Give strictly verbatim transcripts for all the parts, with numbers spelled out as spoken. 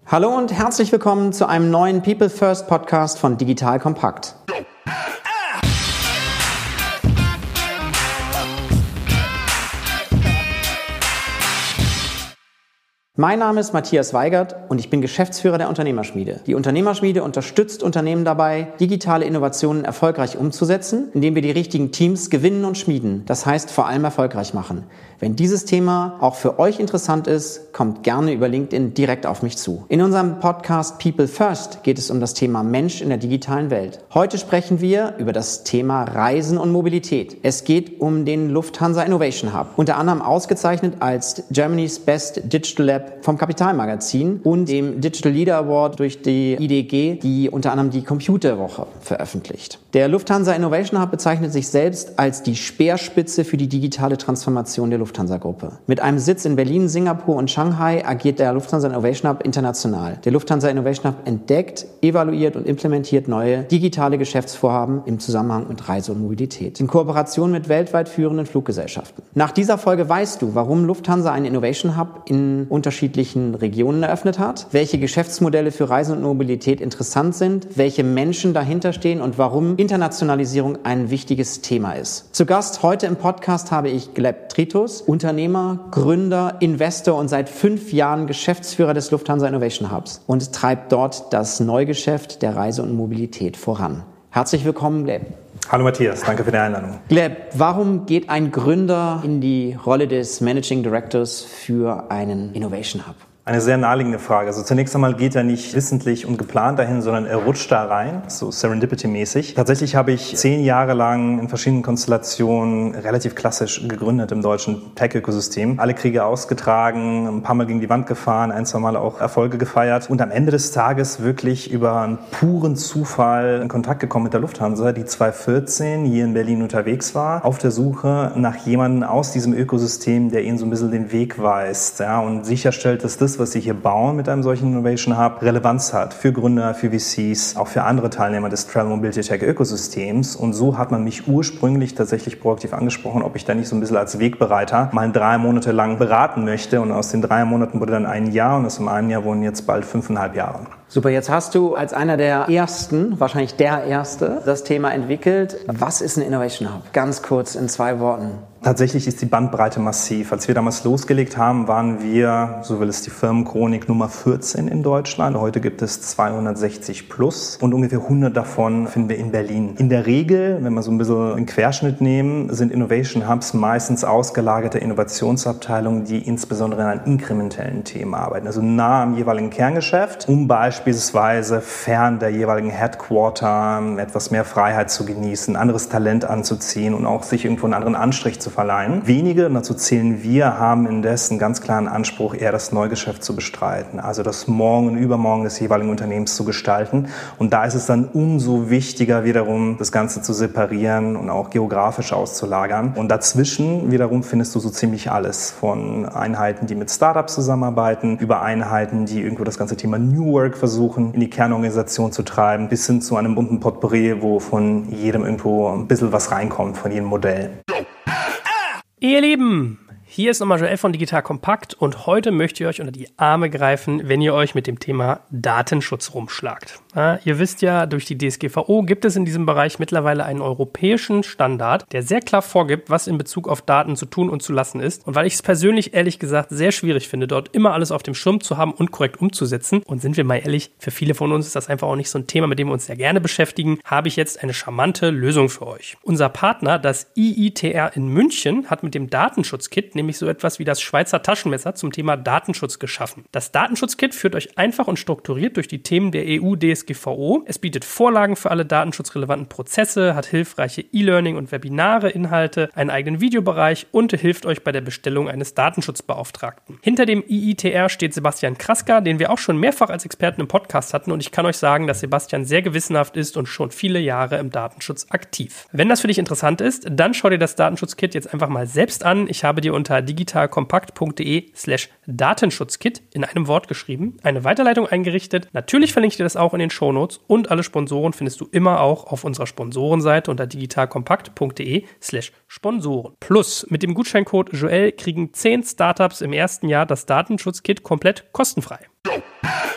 Hallo und herzlich willkommen zu einem neuen People First Podcast von Digital Kompakt. Mein Name ist Matthias Weigert und ich bin Geschäftsführer der Unternehmerschmiede. Die Unternehmerschmiede unterstützt Unternehmen dabei, digitale Innovationen erfolgreich umzusetzen, indem wir die richtigen Teams gewinnen und schmieden. Das heißt, vor allem erfolgreich machen. Wenn dieses Thema auch für euch interessant ist, kommt gerne über LinkedIn direkt auf mich zu. In unserem Podcast People First geht es um das Thema Mensch in der digitalen Welt. Heute sprechen wir über das Thema Reisen und Mobilität. Es geht um den Lufthansa Innovation Hub, unter anderem ausgezeichnet als Germany's Best Digital Lab vom Kapitalmagazin und dem Digital Leader Award durch die I D G, die unter anderem die Computerwoche veröffentlicht. Der Lufthansa Innovation Hub bezeichnet sich selbst als die Speerspitze für die digitale Transformation der Lufthansa-Gruppe. Mit einem Sitz in Berlin, Singapur und Shanghai agiert der Lufthansa Innovation Hub international. Der Lufthansa Innovation Hub entdeckt, evaluiert und implementiert neue digitale Geschäftsvorhaben im Zusammenhang mit Reise und Mobilität, in Kooperation mit weltweit führenden Fluggesellschaften. Nach dieser Folge weißt du, warum Lufthansa einen Innovation Hub in unterschiedlichen Regionen eröffnet hat, welche Geschäftsmodelle für Reisen und Mobilität interessant sind, welche Menschen dahinter stehen und warum Internationalisierung ein wichtiges Thema ist. Zu Gast heute im Podcast habe ich Gleb Tritus, Unternehmer, Gründer, Investor und seit fünf Jahren Geschäftsführer des Lufthansa Innovation Hubs und treibt dort das Neugeschäft der Reise und Mobilität voran. Herzlich willkommen, Gleb. Hallo Matthias, danke für die Einladung. Gleb, warum geht ein Gründer in die Rolle des Managing Directors für einen Innovation Hub? Eine sehr naheliegende Frage. Also zunächst einmal geht er nicht wissentlich und geplant dahin, sondern er rutscht da rein, so Serendipity-mäßig. Tatsächlich habe ich zehn Jahre lang in verschiedenen Konstellationen relativ klassisch gegründet im deutschen Tech-Ökosystem. Alle Kriege ausgetragen, ein paar Mal gegen die Wand gefahren, ein, zwei Mal auch Erfolge gefeiert und am Ende des Tages wirklich über einen puren Zufall in Kontakt gekommen mit der Lufthansa, die zweitausendvierzehn hier in Berlin unterwegs war, auf der Suche nach jemandem aus diesem Ökosystem, der ihnen so ein bisschen den Weg weist, ja, und sicherstellt, dass das, was sie hier bauen mit einem solchen Innovation Hub, Relevanz hat für Gründer, für V Cs, auch für andere Teilnehmer des Travel Mobility Tech Ökosystems. Und so hat man mich ursprünglich tatsächlich proaktiv angesprochen, ob ich da nicht so ein bisschen als Wegbereiter mal drei Monate lang beraten möchte. Und aus den drei Monaten wurde dann ein Jahr und aus dem einen Jahr wurden jetzt bald fünfeinhalb Jahre. Super, jetzt hast du als einer der Ersten, wahrscheinlich der Erste, das Thema entwickelt. Was ist ein Innovation Hub? Ganz kurz in zwei Worten. Tatsächlich ist die Bandbreite massiv. Als wir damals losgelegt haben, waren wir, so will es die Firmenchronik, Nummer vierzehn in Deutschland. Heute gibt es zweihundertsechzig plus und ungefähr hundert davon finden wir in Berlin. In der Regel, wenn wir so ein bisschen einen Querschnitt nehmen, sind Innovation Hubs meistens ausgelagerte Innovationsabteilungen, die insbesondere an inkrementellen Themen arbeiten. Also nah am jeweiligen Kerngeschäft, um beispielsweise fern der jeweiligen Headquarter etwas mehr Freiheit zu genießen, anderes Talent anzuziehen und auch sich irgendwo einen anderen Anstrich zu verleihen. Wenige, und dazu zählen wir, haben indes einen ganz klaren Anspruch, eher das Neugeschäft zu bestreiten, also das Morgen und Übermorgen des jeweiligen Unternehmens zu gestalten. Und da ist es dann umso wichtiger, wiederum das Ganze zu separieren und auch geografisch auszulagern. Und dazwischen wiederum findest du so ziemlich alles, von Einheiten, die mit Startups zusammenarbeiten, über Einheiten, die irgendwo das ganze Thema New Work versuchen, in die Kernorganisation zu treiben, bis hin zu einem bunten Potpourri, wo von jedem irgendwo ein bisschen was reinkommt, von jedem Modell. Ihr Lieben, hier ist nochmal Joel von Digital Kompakt und heute möchte ich euch unter die Arme greifen, wenn ihr euch mit dem Thema Datenschutz rumschlagt. Ja, ihr wisst ja, durch die D S G V O gibt es in diesem Bereich mittlerweile einen europäischen Standard, der sehr klar vorgibt, was in Bezug auf Daten zu tun und zu lassen ist. Und weil ich es persönlich ehrlich gesagt sehr schwierig finde, dort immer alles auf dem Schirm zu haben und korrekt umzusetzen, und sind wir mal ehrlich, für viele von uns ist das einfach auch nicht so ein Thema, mit dem wir uns sehr gerne beschäftigen, habe ich jetzt eine charmante Lösung für euch. Unser Partner, das I I T R in München, hat mit dem Datenschutzkit nämlich so etwas wie das Schweizer Taschenmesser zum Thema Datenschutz geschaffen. Das Datenschutzkit führt euch einfach und strukturiert durch die Themen der E U D S G V O. Es bietet Vorlagen für alle datenschutzrelevanten Prozesse, hat hilfreiche E-Learning- und Webinare-Inhalte, einen eigenen Videobereich und hilft euch bei der Bestellung eines Datenschutzbeauftragten. Hinter dem I I T R steht Sebastian Kraska, den wir auch schon mehrfach als Experten im Podcast hatten, und ich kann euch sagen, dass Sebastian sehr gewissenhaft ist und schon viele Jahre im Datenschutz aktiv. Wenn das für dich interessant ist, dann schau dir das Datenschutzkit jetzt einfach mal selbst an. Ich habe dir unter digitalkompakt.de slash Datenschutzkit in einem Wort geschrieben, eine Weiterleitung eingerichtet. Natürlich verlinke ich dir das auch in den Shownotes und alle Sponsoren findest du immer auch auf unserer Sponsorenseite unter digitalkompakt.de slash Sponsoren. Plus, mit dem Gutscheincode Joel kriegen zehn Startups im ersten Jahr das Datenschutzkit komplett kostenfrei.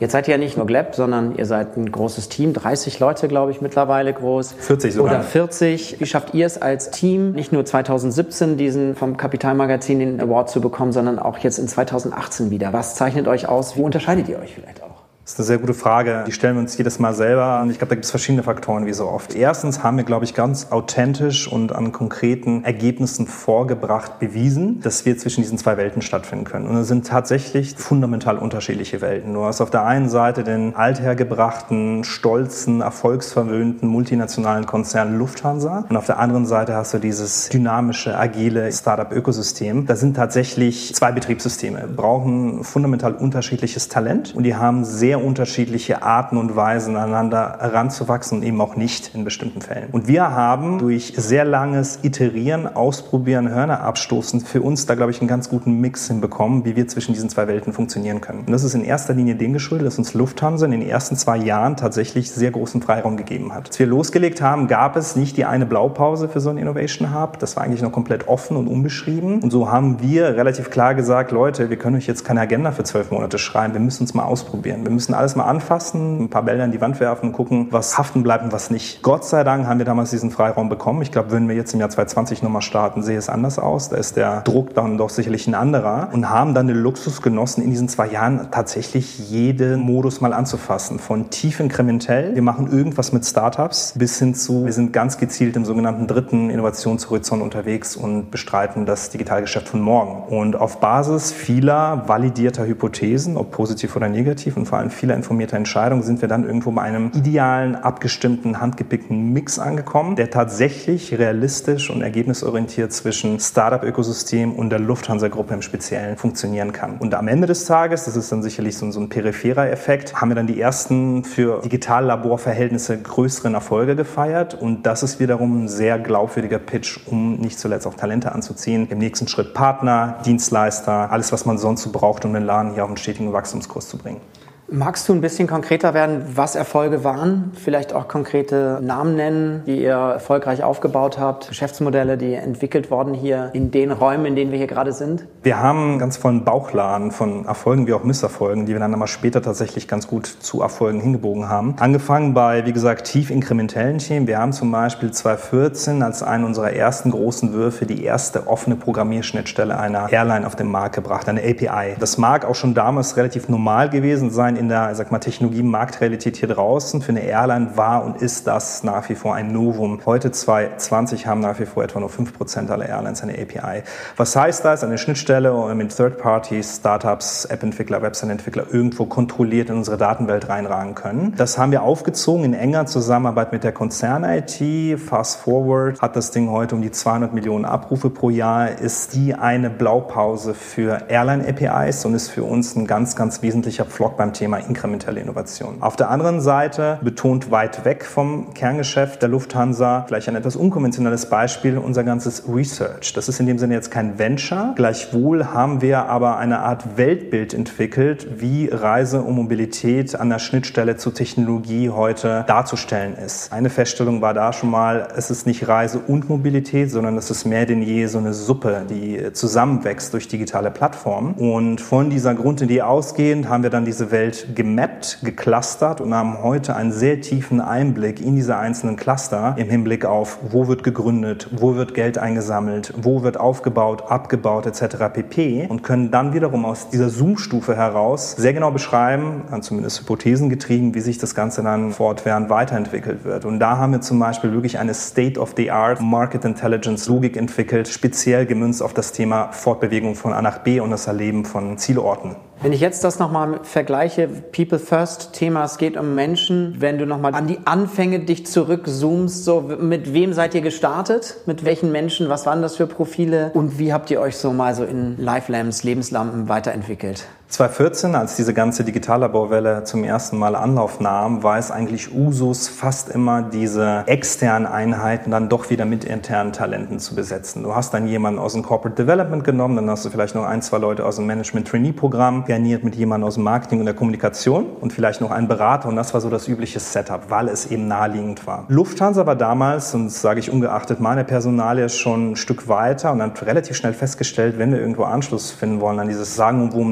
Jetzt seid ihr ja nicht nur Gleb, sondern ihr seid ein großes Team, dreißig Leute, glaube ich, mittlerweile groß. vierzig sogar. Oder vierzig. Wie schafft ihr es als Team, nicht nur zweitausendsiebzehn diesen vom Kapitalmagazin den Award zu bekommen, sondern auch jetzt in zweitausendachtzehn wieder? Was zeichnet euch aus? Wo unterscheidet ihr euch vielleicht auch? Das ist eine sehr gute Frage. Die stellen wir uns jedes Mal selber. Und ich glaube, da gibt es verschiedene Faktoren, wie so oft. Erstens haben wir, glaube ich, ganz authentisch und an konkreten Ergebnissen vorgebracht bewiesen, dass wir zwischen diesen zwei Welten stattfinden können. Und es sind tatsächlich fundamental unterschiedliche Welten. Du hast auf der einen Seite den althergebrachten, stolzen, erfolgsverwöhnten, multinationalen Konzern Lufthansa. Und auf der anderen Seite hast du dieses dynamische, agile Startup-Ökosystem. Da sind tatsächlich zwei Betriebssysteme, brauchen fundamental unterschiedliches Talent und die haben sehr unterschiedliche Arten und Weisen, aneinander heranzuwachsen und eben auch nicht in bestimmten Fällen. Und wir haben durch sehr langes Iterieren, Ausprobieren, Hörner abstoßen für uns da, glaube ich, einen ganz guten Mix hinbekommen, wie wir zwischen diesen zwei Welten funktionieren können. Und das ist in erster Linie dem geschuldet, dass uns Lufthansa in den ersten zwei Jahren tatsächlich sehr großen Freiraum gegeben hat. Als wir losgelegt haben, gab es nicht die eine Blaupause für so einen Innovation Hub. Das war eigentlich noch komplett offen und unbeschrieben. Und so haben wir relativ klar gesagt, Leute, wir können euch jetzt keine Agenda für zwölf Monate schreiben. Wir müssen uns mal ausprobieren. Wir müssen alles mal anfassen, ein paar Bälle in die Wand werfen und gucken, was haften bleibt und was nicht. Gott sei Dank haben wir damals diesen Freiraum bekommen. Ich glaube, würden wir jetzt im Jahr zwanzig zwanzig nochmal starten, sehe es anders aus. Da ist der Druck dann doch sicherlich ein anderer und haben dann den Luxus genossen, in diesen zwei Jahren tatsächlich jeden Modus mal anzufassen. Von tief inkrementell, wir machen irgendwas mit Startups, bis hin zu, wir sind ganz gezielt im sogenannten dritten Innovationshorizont unterwegs und bestreiten das Digitalgeschäft von morgen. Und auf Basis vieler validierter Hypothesen, ob positiv oder negativ und vor allem vieler informierter Entscheidungen, sind wir dann irgendwo bei einem idealen, abgestimmten, handgepickten Mix angekommen, der tatsächlich realistisch und ergebnisorientiert zwischen Startup-Ökosystem und der Lufthansa-Gruppe im Speziellen funktionieren kann. Und am Ende des Tages, das ist dann sicherlich so, so ein peripherer Effekt, haben wir dann die ersten für Digitallaborverhältnisse größeren Erfolge gefeiert und das ist wiederum ein sehr glaubwürdiger Pitch, um nicht zuletzt auch Talente anzuziehen. Im nächsten Schritt Partner, Dienstleister, alles, was man sonst so braucht, um den Laden hier auf einen stetigen Wachstumskurs zu bringen. Magst du ein bisschen konkreter werden, was Erfolge waren? Vielleicht auch konkrete Namen nennen, die ihr erfolgreich aufgebaut habt, Geschäftsmodelle, die entwickelt worden hier in den Räumen, in denen wir hier gerade sind? Wir haben einen ganz vollen Bauchladen von Erfolgen wie auch Misserfolgen, die wir dann aber später tatsächlich ganz gut zu Erfolgen hingebogen haben. Angefangen bei, wie gesagt, tief inkrementellen Themen. Wir haben zum Beispiel zweitausendvierzehn als einen unserer ersten großen Würfe die erste offene Programmierschnittstelle einer Airline auf den Markt gebracht, eine A P I. Das mag auch schon damals relativ normal gewesen sein in der, sag mal, Technologie-Marktrealität hier draußen. Für eine Airline war und ist das nach wie vor ein Novum. Heute zwanzig zwanzig haben nach wie vor etwa nur fünf Prozent aller Airlines eine A P I. Was heißt das? Eine Schnittstelle mit Third-Parties, Startups, App-Entwickler, Website-Entwickler irgendwo kontrolliert in unsere Datenwelt reinragen können. Das haben wir aufgezogen in enger Zusammenarbeit mit der Konzern-I T. Fast forward hat das Ding heute um die zweihundert Millionen Abrufe pro Jahr, ist die eine Blaupause für Airline-A P Is und ist für uns ein ganz, ganz wesentlicher Pflock beim Thema inkrementelle Innovation. Auf der anderen Seite, betont weit weg vom Kerngeschäft der Lufthansa, vielleicht ein etwas unkonventionelles Beispiel, unser ganzes Research. Das ist in dem Sinne jetzt kein Venture. Gleichwohl haben wir aber eine Art Weltbild entwickelt, wie Reise und Mobilität an der Schnittstelle zur Technologie heute darzustellen ist. Eine Feststellung war da schon mal, es ist nicht Reise und Mobilität, sondern es ist mehr denn je so eine Suppe, die zusammenwächst durch digitale Plattformen. Und von dieser Grundidee ausgehend haben wir dann diese Welt gemappt, geclustert und haben heute einen sehr tiefen Einblick in diese einzelnen Cluster im Hinblick auf, wo wird gegründet, wo wird Geld eingesammelt, wo wird aufgebaut, abgebaut et cetera pp. Und können dann wiederum aus dieser Zoom-Stufe heraus sehr genau beschreiben, zumindest hypothesengetrieben, wie sich das Ganze dann fortwährend weiterentwickelt wird. Und da haben wir zum Beispiel wirklich eine State-of-the-Art Market Intelligence Logik entwickelt, speziell gemünzt auf das Thema Fortbewegung von A nach B und das Erleben von Zielorten. Wenn ich jetzt das nochmal vergleiche, People First Thema, es geht um Menschen, wenn du nochmal an die Anfänge dich zurückzoomst, so mit wem seid ihr gestartet? Mit welchen Menschen? Was waren das für Profile? Und wie habt ihr euch so mal so in Life-Lamps, Lebenslampen weiterentwickelt? zweitausendvierzehn, als diese ganze Digitallaborwelle zum ersten Mal Anlauf nahm, war es eigentlich Usus, fast immer diese externen Einheiten dann doch wieder mit internen Talenten zu besetzen. Du hast dann jemanden aus dem Corporate Development genommen, dann hast du vielleicht noch ein, zwei Leute aus dem Management-Trainee-Programm, garniert mit jemandem aus dem Marketing und der Kommunikation und vielleicht noch einen Berater und das war so das übliche Setup, weil es eben naheliegend war. Lufthansa war damals, und das sage ich ungeachtet meiner Personalie, schon ein Stück weiter und hat relativ schnell festgestellt, wenn wir irgendwo Anschluss finden wollen an dieses sagenumwobene Technologie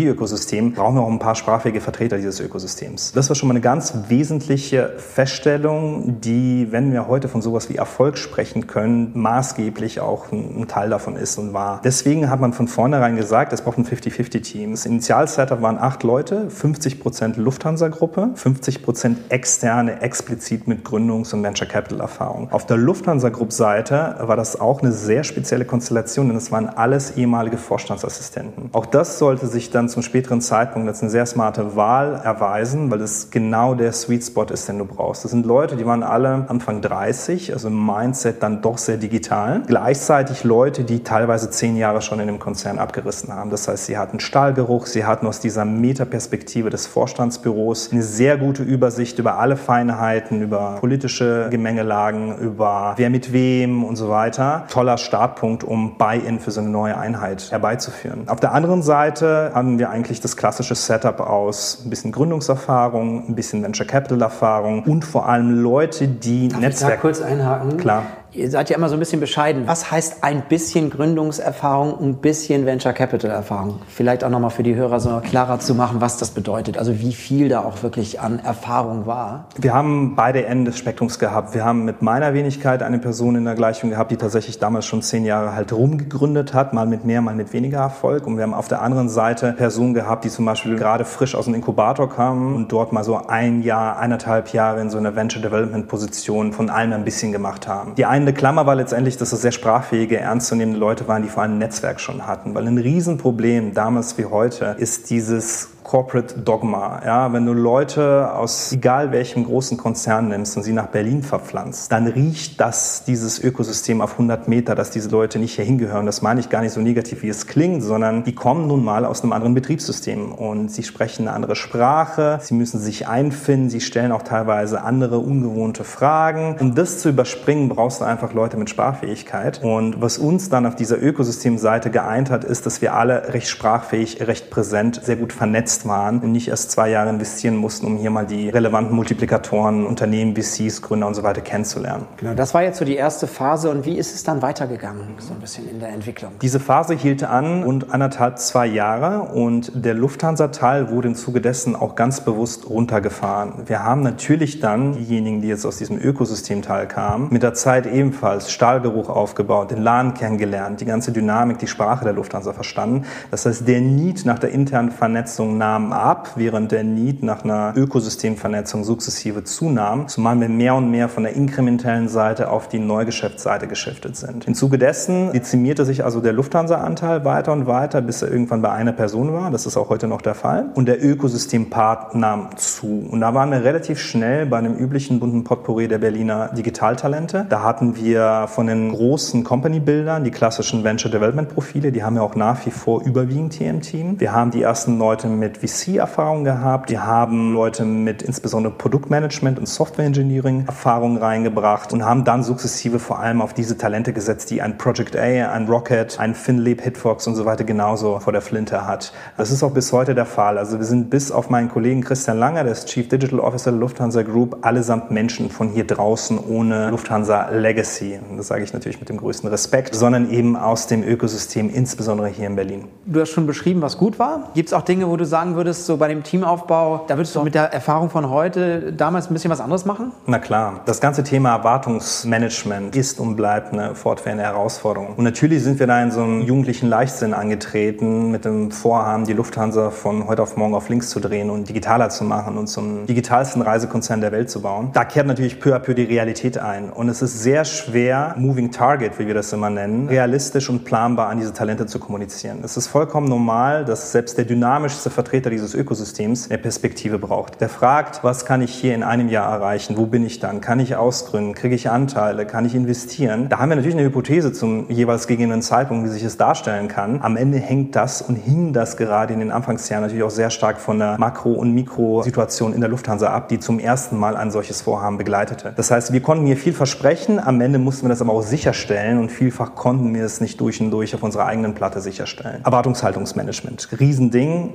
Technologieökosystem, brauchen wir auch ein paar sprachfähige Vertreter dieses Ökosystems. Das war schon mal eine ganz wesentliche Feststellung, die, wenn wir heute von sowas wie Erfolg sprechen können, maßgeblich auch ein, ein Teil davon ist und war. Deswegen hat man von vornherein gesagt, es braucht ein fifty fifty Team. Das Initial-Setup waren acht Leute, fünfzig Prozent Lufthansa-Gruppe, fünfzig Prozent externe, explizit mit Gründungs- und Venture-Capital-Erfahrung. Auf der Lufthansa-Group-Seite war das auch eine sehr spezielle Konstellation, denn es waren alles ehemalige Vorstandsassistenten. Auch das sollte sich dann zum späteren Zeitpunkt als eine sehr smarte Wahl erweisen, weil es genau der Sweet Spot ist, den du brauchst. Das sind Leute, die waren alle Anfang dreißig, also im Mindset dann doch sehr digital. Gleichzeitig Leute, die teilweise zehn Jahre schon in dem Konzern abgerissen haben. Das heißt, sie hatten Stahlgeruch, sie hatten aus dieser Metaperspektive des Vorstandsbüros eine sehr gute Übersicht über alle Feinheiten, über politische Gemengelagen, über wer mit wem und so weiter. Toller Startpunkt, um Buy-in für so eine neue Einheit herbeizuführen. Auf der anderen Seite haben wir eigentlich das klassische Setup aus ein bisschen Gründungserfahrung, ein bisschen Venture-Capital-Erfahrung und vor allem Leute, die Darf Netzwerk... ich da kurz einhaken? Klar. Ihr seid ja immer so ein bisschen bescheiden. Was heißt ein bisschen Gründungserfahrung, ein bisschen Venture Capital Erfahrung? Vielleicht auch nochmal für die Hörer so klarer zu machen, was das bedeutet. Also wie viel da auch wirklich an Erfahrung war. Wir haben beide Enden des Spektrums gehabt. Wir haben mit meiner Wenigkeit eine Person in der Gleichung gehabt, die tatsächlich damals schon zehn Jahre halt rumgegründet hat, mal mit mehr, mal mit weniger Erfolg. Und wir haben auf der anderen Seite Personen gehabt, die zum Beispiel gerade frisch aus dem Inkubator kamen und dort mal so ein Jahr, eineinhalb Jahre in so einer Venture Development Position von allem ein bisschen gemacht haben. Die eine Klammer war letztendlich, dass es sehr sprachfähige, ernstzunehmende Leute waren, die vor allem ein Netzwerk schon hatten. Weil ein Riesenproblem damals wie heute ist dieses Corporate Dogma. Ja, wenn du Leute aus egal welchem großen Konzern nimmst und sie nach Berlin verpflanzt, dann riecht das, dieses Ökosystem auf hundert Meter, dass diese Leute nicht hier hingehören. Das meine ich gar nicht so negativ, wie es klingt, sondern die kommen nun mal aus einem anderen Betriebssystem und sie sprechen eine andere Sprache, sie müssen sich einfinden, sie stellen auch teilweise andere ungewohnte Fragen. Um das zu überspringen, brauchst du einfach Leute mit Sprachfähigkeit. Und was uns dann auf dieser Ökosystemseite geeint hat, ist, dass wir alle recht sprachfähig, recht präsent, sehr gut vernetzt waren und nicht erst zwei Jahre investieren mussten, um hier mal die relevanten Multiplikatoren, Unternehmen, V Cs, Gründer und so weiter kennenzulernen. Genau, das war jetzt so die erste Phase. Und wie ist es dann weitergegangen, so ein bisschen in der Entwicklung? Diese Phase hielt an rund anderthalb, zwei Jahre und der Lufthansa-Teil wurde im Zuge dessen auch ganz bewusst runtergefahren. Wir haben natürlich dann diejenigen, die jetzt aus diesem Ökosystemteil kamen, mit der Zeit ebenfalls Stahlgeruch aufgebaut, den Laden kennengelernt, die ganze Dynamik, die Sprache der Lufthansa verstanden. Das heißt, der Need nach der internen Vernetzung nahm ab, während der Need nach einer Ökosystemvernetzung sukzessive zunahm, zumal wir mehr und mehr von der inkrementellen Seite auf die Neugeschäftsseite geschiftet sind. Im Zuge dessen dezimierte sich also der Lufthansa-Anteil weiter und weiter, bis er irgendwann bei einer Person war. Das ist auch heute noch der Fall. Und der Ökosystempart nahm zu. Und da waren wir relativ schnell bei einem üblichen bunten Potpourri der Berliner Digitaltalente. Da hatten wir von den großen Company-Bildern die klassischen Venture-Development-Profile, die haben wir auch nach wie vor überwiegend hier im Team. Wir haben die ersten Leute mit V C-Erfahrung gehabt. Die haben Leute mit insbesondere Produktmanagement und Software-Engineering-Erfahrung reingebracht und haben dann sukzessive vor allem auf diese Talente gesetzt, die ein Project A, ein Rocket, ein Finleap, Hitfox und so weiter genauso vor der Flinte hat. Das ist auch bis heute der Fall. Also wir sind bis auf meinen Kollegen Christian Langer, der ist Chief Digital Officer der Lufthansa Group, allesamt Menschen von hier draußen ohne Lufthansa Legacy. Und das sage ich natürlich mit dem größten Respekt, sondern eben aus dem Ökosystem, insbesondere hier in Berlin. Du hast schon beschrieben, was gut war. Gibt es auch Dinge, wo du sagen würdest, so bei dem Teamaufbau, da würdest du mit der Erfahrung von heute damals ein bisschen was anderes machen? Na klar. Das ganze Thema Erwartungsmanagement ist und bleibt eine fortwährende Herausforderung. Und natürlich sind wir da in so einem jugendlichen Leichtsinn angetreten, mit dem Vorhaben, die Lufthansa von heute auf morgen auf links zu drehen und digitaler zu machen und zum digitalsten Reisekonzern der Welt zu bauen. Da kehrt natürlich peu à peu die Realität ein. Und es ist sehr schwer, Moving Target, wie wir das immer nennen, realistisch und planbar an diese Talente zu kommunizieren. Es ist vollkommen normal, dass selbst der dynamischste Vertreter dieses Ökosystems eine Perspektive braucht. Der fragt, was kann ich hier in einem Jahr erreichen? Wo bin ich dann? Kann ich ausgründen? Kriege ich Anteile? Kann ich investieren? Da haben wir natürlich eine Hypothese zum jeweils gegebenen Zeitpunkt, wie sich es darstellen kann. Am Ende hängt das und hing das gerade in den Anfangsjahren natürlich auch sehr stark von der Makro- und Mikrosituation in der Lufthansa ab, die zum ersten Mal ein solches Vorhaben begleitete. Das heißt, wir konnten hier viel versprechen, am Ende mussten wir das aber auch sicherstellen und vielfach konnten wir es nicht durch und durch auf unserer eigenen Platte sicherstellen. Erwartungshaltungsmanagement, Riesending, bis heute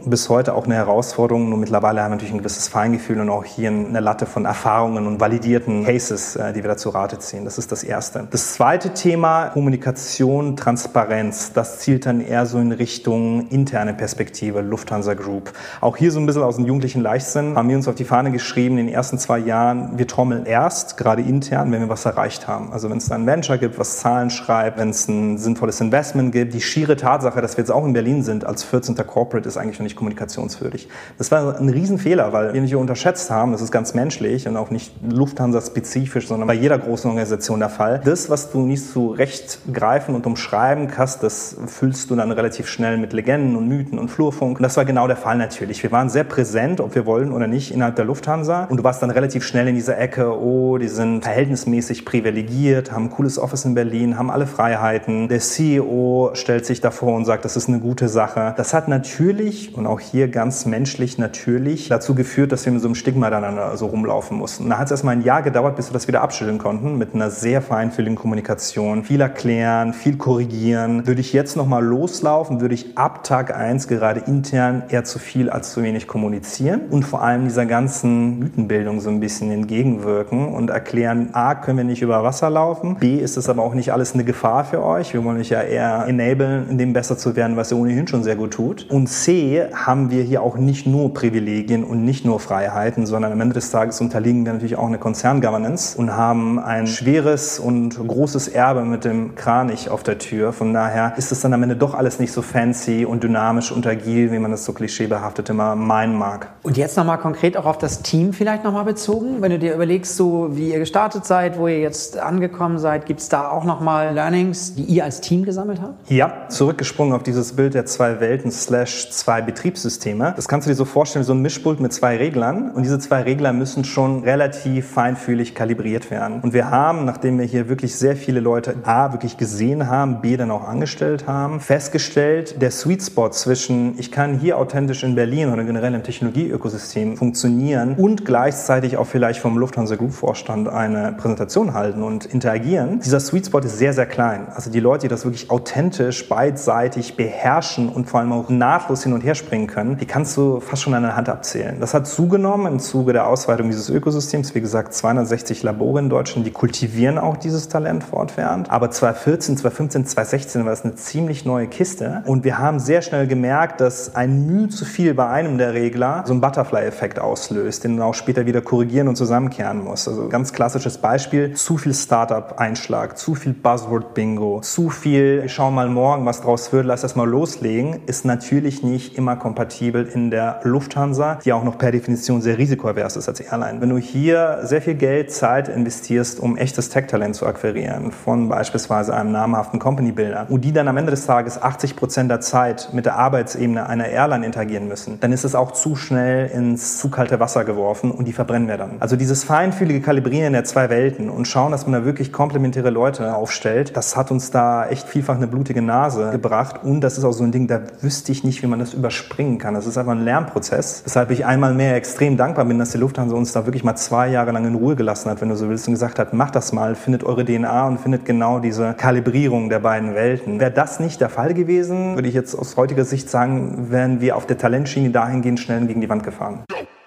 Seite auch eine Herausforderung, nur mittlerweile haben wir natürlich ein gewisses Feingefühl und auch hier eine Latte von Erfahrungen und validierten Cases, die wir da zu Rate ziehen. Das ist das Erste. Das zweite Thema, Kommunikation, Transparenz. Das zielt dann eher so in Richtung interne Perspektive, Lufthansa Group. Auch hier so ein bisschen aus dem jugendlichen Leichtsinn haben wir uns auf die Fahne geschrieben, in den ersten zwei Jahren, wir trommeln erst, gerade intern, wenn wir was erreicht haben. Also wenn es da ein Venture gibt, was Zahlen schreibt, wenn es ein sinnvolles Investment gibt. Die schiere Tatsache, dass wir jetzt auch in Berlin sind als vierzehnter Corporate, ist eigentlich noch nicht kommunikationswürdig. Das war ein Riesenfehler, weil wir nicht unterschätzt haben, das ist ganz menschlich und auch nicht Lufthansa-spezifisch, sondern bei jeder großen Organisation der Fall. Das, was du nicht so recht greifen und umschreiben kannst, das füllst du dann relativ schnell mit Legenden und Mythen und Flurfunk. Und das war genau der Fall natürlich. Wir waren sehr präsent, ob wir wollen oder nicht, innerhalb der Lufthansa. Und du warst dann relativ schnell in dieser Ecke, oh, die sind verhältnismäßig privilegiert, haben ein cooles Office in Berlin, haben alle Freiheiten. Der C E O stellt sich davor und sagt, das ist eine gute Sache. Das hat natürlich, und auch hier ganz menschlich natürlich, dazu geführt, dass wir mit so einem Stigma dann so rumlaufen mussten. Und da hat es erstmal ein Jahr gedauert, bis wir das wieder abschütteln konnten, mit einer sehr feinfühligen Kommunikation. Viel erklären, viel korrigieren. Würde ich jetzt nochmal loslaufen, würde ich ab Tag eins gerade intern eher zu viel als zu wenig kommunizieren und vor allem dieser ganzen Mythenbildung so ein bisschen entgegenwirken und erklären, A, können wir nicht über Wasser laufen, B, ist es aber auch nicht alles eine Gefahr für euch. Wir wollen euch ja eher enablen, in dem besser zu werden, was ihr ohnehin schon sehr gut tut. Und C, haben wir hier auch nicht nur Privilegien und nicht nur Freiheiten, sondern am Ende des Tages unterliegen wir natürlich auch eine Konzerngovernance und haben ein schweres und großes Erbe mit dem Kranich auf der Tür. Von daher ist es dann am Ende doch alles nicht so fancy und dynamisch und agil, wie man das so klischeebehaftet immer meinen mag. Und jetzt nochmal konkret auch auf das Team vielleicht nochmal bezogen. Wenn du dir überlegst, so wie ihr gestartet seid, wo ihr jetzt angekommen seid, gibt es da auch nochmal Learnings, die ihr als Team gesammelt habt? Ja, zurückgesprungen auf dieses Bild der zwei Welten slash zwei Betriebssysteme. Das kannst du dir so vorstellen, so ein Mischpult mit zwei Reglern. Und diese zwei Regler müssen schon relativ feinfühlig kalibriert werden. Und wir haben, nachdem wir hier wirklich sehr viele Leute A, wirklich gesehen haben, B, dann auch angestellt haben, festgestellt, der Sweet Spot zwischen, ich kann hier authentisch in Berlin oder generell im Technologieökosystem funktionieren und gleichzeitig auch vielleicht vom Lufthansa Group Vorstand eine Präsentation halten und interagieren. Dieser Sweet Spot ist sehr, sehr klein. Also die Leute, die das wirklich authentisch, beidseitig beherrschen und vor allem auch nahtlos hin und her springen können, die kannst du fast schon an der Hand abzählen. Das hat zugenommen im Zuge der Ausweitung dieses Ökosystems. Wie gesagt, zweihundertsechzig Labore in Deutschland, die kultivieren auch dieses Talent fortwährend. Aber zweitausendvierzehn, zweitausendfünfzehn, zweitausendsechzehn war es eine ziemlich neue Kiste. Und wir haben sehr schnell gemerkt, dass ein Mühe zu viel bei einem der Regler so einen Butterfly-Effekt auslöst, den man auch später wieder korrigieren und zusammenkehren muss. Also ganz klassisches Beispiel, zu viel Startup-Einschlag, zu viel Buzzword-Bingo, zu viel, wir schauen mal morgen, was draus wird, lass das mal loslegen, ist natürlich nicht immer kompatibel in der Lufthansa, die auch noch per Definition sehr risikoavers ist als Airline. Wenn du hier sehr viel Geld, Zeit investierst, um echtes Tech-Talent zu akquirieren, von beispielsweise einem namhaften Company-Builder, und die dann am Ende des Tages achtzig Prozent der Zeit mit der Arbeitsebene einer Airline interagieren müssen, dann ist es auch zu schnell ins zu kalte Wasser geworfen und die verbrennen wir dann. Also dieses feinfühlige Kalibrieren der zwei Welten und schauen, dass man da wirklich komplementäre Leute aufstellt, das hat uns da echt vielfach eine blutige Nase gebracht und das ist auch so ein Ding, da wüsste ich nicht, wie man das überspringen kann. Das ist einfach ein Lernprozess, weshalb ich einmal mehr extrem dankbar bin, dass die Lufthansa uns da wirklich mal zwei Jahre lang in Ruhe gelassen hat, wenn du so willst, und gesagt hat, macht das mal, findet eure D N A und findet genau diese Kalibrierung der beiden Welten. Wäre das nicht der Fall gewesen, würde ich jetzt aus heutiger Sicht sagen, wären wir auf der Talentschiene dahingehend schnell gegen die Wand gefahren.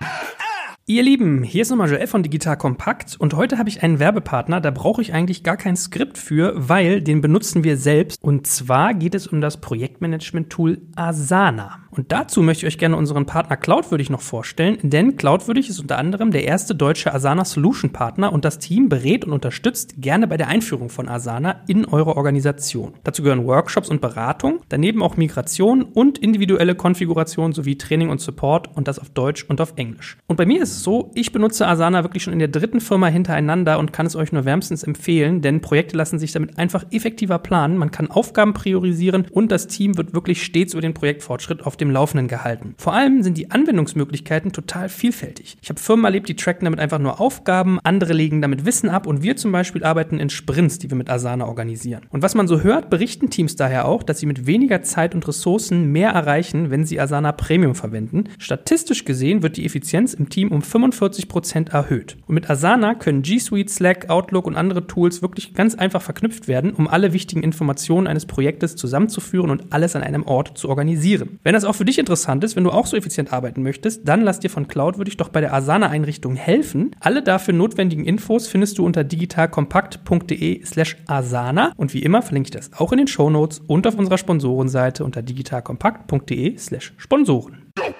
Ihr Lieben, hier ist nochmal Joel von Digital Kompakt und heute habe ich einen Werbepartner, da brauche ich eigentlich gar kein Skript für, weil den benutzen wir selbst. Und zwar geht es um das Projektmanagement-Tool Asana. Und dazu möchte ich euch gerne unseren Partner Cloudwürdig noch vorstellen, denn Cloudwürdig ist unter anderem der erste deutsche Asana Solution Partner und das Team berät und unterstützt gerne bei der Einführung von Asana in eure Organisation. Dazu gehören Workshops und Beratung, daneben auch Migration und individuelle Konfiguration sowie Training und Support und das auf Deutsch und auf Englisch. Und bei mir ist es so, ich benutze Asana wirklich schon in der dritten Firma hintereinander und kann es euch nur wärmstens empfehlen, denn Projekte lassen sich damit einfach effektiver planen, man kann Aufgaben priorisieren und das Team wird wirklich stets über den Projektfortschritt auf dem Laufenden gehalten. Vor allem sind die Anwendungsmöglichkeiten total vielfältig. Ich habe Firmen erlebt, die tracken damit einfach nur Aufgaben, andere legen damit Wissen ab und wir zum Beispiel arbeiten in Sprints, die wir mit Asana organisieren. Und was man so hört, berichten Teams daher auch, dass sie mit weniger Zeit und Ressourcen mehr erreichen, wenn sie Asana Premium verwenden. Statistisch gesehen wird die Effizienz im Team um fünfundvierzig Prozent erhöht. Und mit Asana können G Suite, Slack, Outlook und andere Tools wirklich ganz einfach verknüpft werden, um alle wichtigen Informationen eines Projektes zusammenzuführen und alles an einem Ort zu organisieren. Wenn das auch für dich interessant ist, wenn du auch so effizient arbeiten möchtest, dann lass dir von Cloudwürdig doch bei der Asana-Einrichtung helfen. Alle dafür notwendigen Infos findest du unter digitalkompakt.de slash Asana und wie immer verlinke ich das auch in den Shownotes und auf unserer Sponsorenseite unter digitalkompakt.de slash Sponsoren.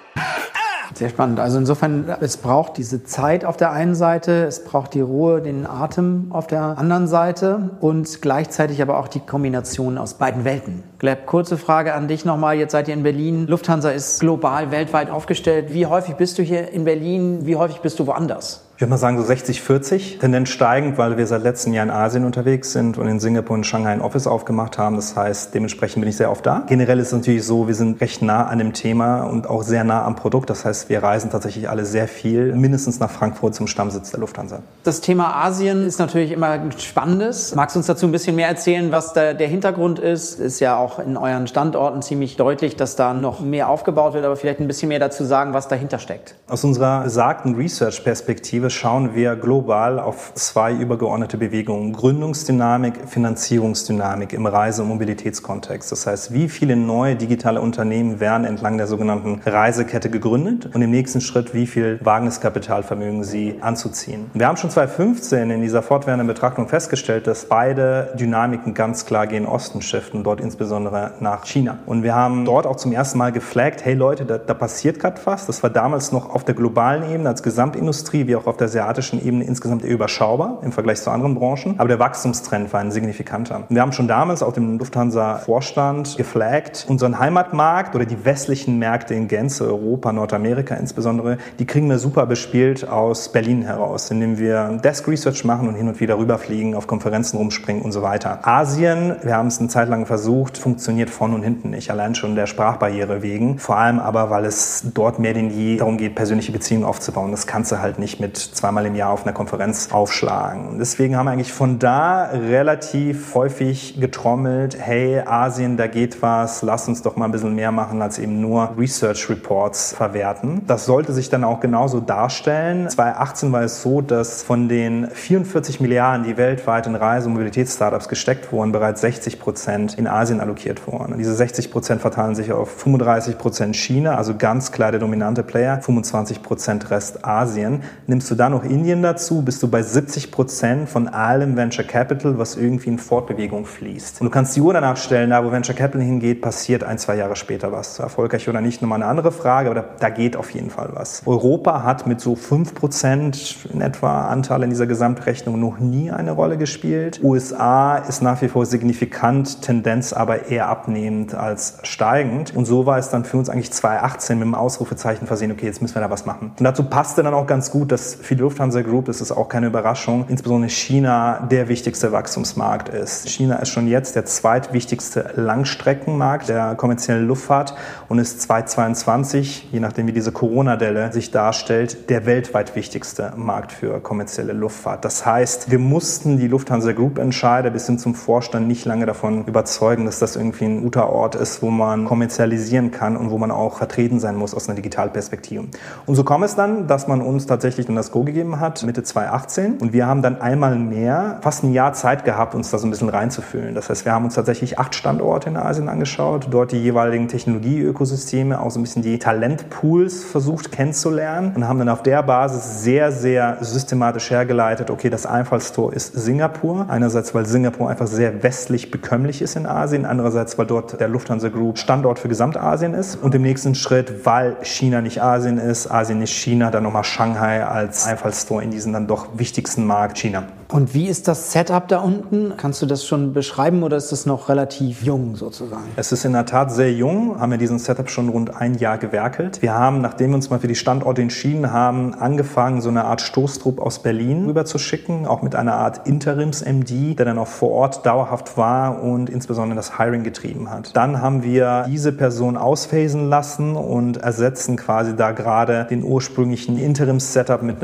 Sehr spannend. Also insofern, es braucht diese Zeit auf der einen Seite, es braucht die Ruhe, den Atem auf der anderen Seite und gleichzeitig aber auch die Kombination aus beiden Welten. Gleb, kurze Frage an dich nochmal. Jetzt seid ihr in Berlin. Lufthansa ist global, weltweit aufgestellt. Wie häufig bist du hier in Berlin? Wie häufig bist du woanders? Ich würde mal sagen so sechzig vierzig, Tendenz steigend, weil wir seit letztem Jahr in Asien unterwegs sind und in Singapur und Shanghai ein Office aufgemacht haben. Das heißt, dementsprechend bin ich sehr oft da. Generell ist es natürlich so, wir sind recht nah an dem Thema und auch sehr nah am Produkt. Das heißt, wir reisen tatsächlich alle sehr viel, mindestens nach Frankfurt zum Stammsitz der Lufthansa. Das Thema Asien ist natürlich immer ein spannendes. Magst du uns dazu ein bisschen mehr erzählen, was da der Hintergrund ist? Ist ja auch in euren Standorten ziemlich deutlich, dass da noch mehr aufgebaut wird, aber vielleicht ein bisschen mehr dazu sagen, was dahinter steckt. Aus unserer besagten Research-Perspektive schauen wir global auf zwei übergeordnete Bewegungen. Gründungsdynamik, Finanzierungsdynamik im Reise- und Mobilitätskontext. Das heißt, wie viele neue digitale Unternehmen werden entlang der sogenannten Reisekette gegründet und im nächsten Schritt, wie viel Wagniskapital vermögen sie anzuziehen. Wir haben schon zwanzig fünfzehn in dieser fortwährenden Betrachtung festgestellt, dass beide Dynamiken ganz klar gen Osten shiften, dort insbesondere nach China. Und wir haben dort auch zum ersten Mal geflaggt, hey Leute, da, da passiert gerade was. Das war damals noch auf der globalen Ebene als Gesamtindustrie, wie auch auf der asiatischen Ebene insgesamt eher überschaubar im Vergleich zu anderen Branchen. Aber der Wachstumstrend war ein signifikanter. Wir haben schon damals auf dem Lufthansa-Vorstand geflaggt, unseren Heimatmarkt oder die westlichen Märkte in Gänze, Europa, Nordamerika insbesondere, die kriegen wir super bespielt aus Berlin heraus, indem wir Desk Research machen und hin und wieder rüberfliegen, auf Konferenzen rumspringen und so weiter. Asien, wir haben es eine Zeit lang versucht, funktioniert von und hinten nicht, allein schon der Sprachbarriere wegen. Vor allem aber, weil es dort mehr denn je darum geht, persönliche Beziehungen aufzubauen. Das kannst du halt nicht mit zweimal im Jahr auf einer Konferenz aufschlagen. Und deswegen haben wir eigentlich von da relativ häufig getrommelt, hey Asien, da geht was, lass uns doch mal ein bisschen mehr machen, als eben nur Research Reports verwerten. Das sollte sich dann auch genauso darstellen. zwanzig achtzehn war es so, dass von den vierundvierzig Milliarden, die weltweit in Reise- und Mobilitätsstartups gesteckt wurden, bereits sechzig Prozent in Asien allokiert wurden. Und diese sechzig Prozent verteilen sich auf fünfunddreißig Prozent China, also ganz klar der dominante Player, fünfundzwanzig Prozent Rest Asien. Nimmst du da noch Indien dazu, bist du bei siebzig Prozent von allem Venture Capital, was irgendwie in Fortbewegung fließt. Und du kannst die Uhr danach stellen, da wo Venture Capital hingeht, passiert ein, zwei Jahre später was. Erfolgreich oder nicht, nochmal eine andere Frage, aber da, da geht auf jeden Fall was. Europa hat mit so fünf Prozent in etwa Anteil in dieser Gesamtrechnung noch nie eine Rolle gespielt. U S A ist nach wie vor signifikant, Tendenz aber eher abnehmend als steigend. Und so war es dann für uns eigentlich zwanzig achtzehn mit dem Ausrufezeichen versehen, okay, jetzt müssen wir da was machen. Und dazu passte dann auch ganz gut, dass für die Lufthansa Group, das ist auch keine Überraschung, insbesondere China der wichtigste Wachstumsmarkt ist. China ist schon jetzt der zweitwichtigste Langstreckenmarkt der kommerziellen Luftfahrt und ist zweitausendzweiundzwanzig, je nachdem wie diese Corona-Delle sich darstellt, der weltweit wichtigste Markt für kommerzielle Luftfahrt. Das heißt, wir mussten die Lufthansa Group-Entscheider bis hin zum Vorstand nicht lange davon überzeugen, dass das irgendwie ein guter Ort ist, wo man kommerzialisieren kann und wo man auch vertreten sein muss aus einer Digitalperspektive. Und so kam es dann, dass man uns tatsächlich dann das Go gegeben hat, Mitte zwanzig achtzehn. Und wir haben dann einmal mehr, fast ein Jahr Zeit gehabt, uns da so ein bisschen reinzufühlen. Das heißt, wir haben uns tatsächlich acht Standorte in Asien angeschaut, dort die jeweiligen Technologieökosysteme, auch so ein bisschen die Talentpools versucht kennenzulernen und haben dann auf der Basis sehr, sehr systematisch hergeleitet, okay, das Einfallstor ist Singapur. Einerseits, weil Singapur einfach sehr westlich bekömmlich ist in Asien, andererseits, weil dort der Lufthansa Group Standort für Gesamtasien ist und im nächsten Schritt, weil China nicht Asien ist, Asien nicht China, dann nochmal Shanghai als Einfallstor in diesen dann doch wichtigsten Markt China. Und wie ist das Setup da unten? Kannst du das schon beschreiben oder ist das noch relativ jung sozusagen? Es ist in der Tat sehr jung, haben wir diesen Setup schon rund ein Jahr gewerkelt. Wir haben, nachdem wir uns mal für die Standorte entschieden haben, angefangen, so eine Art Stoßtrupp aus Berlin rüber zu schicken, auch mit einer Art Interims-M D, der dann auch vor Ort dauerhaft war und insbesondere das Hiring getrieben hat. Dann haben wir diese Person ausphasen lassen und ersetzen quasi da gerade den ursprünglichen Interims-Setup mit einem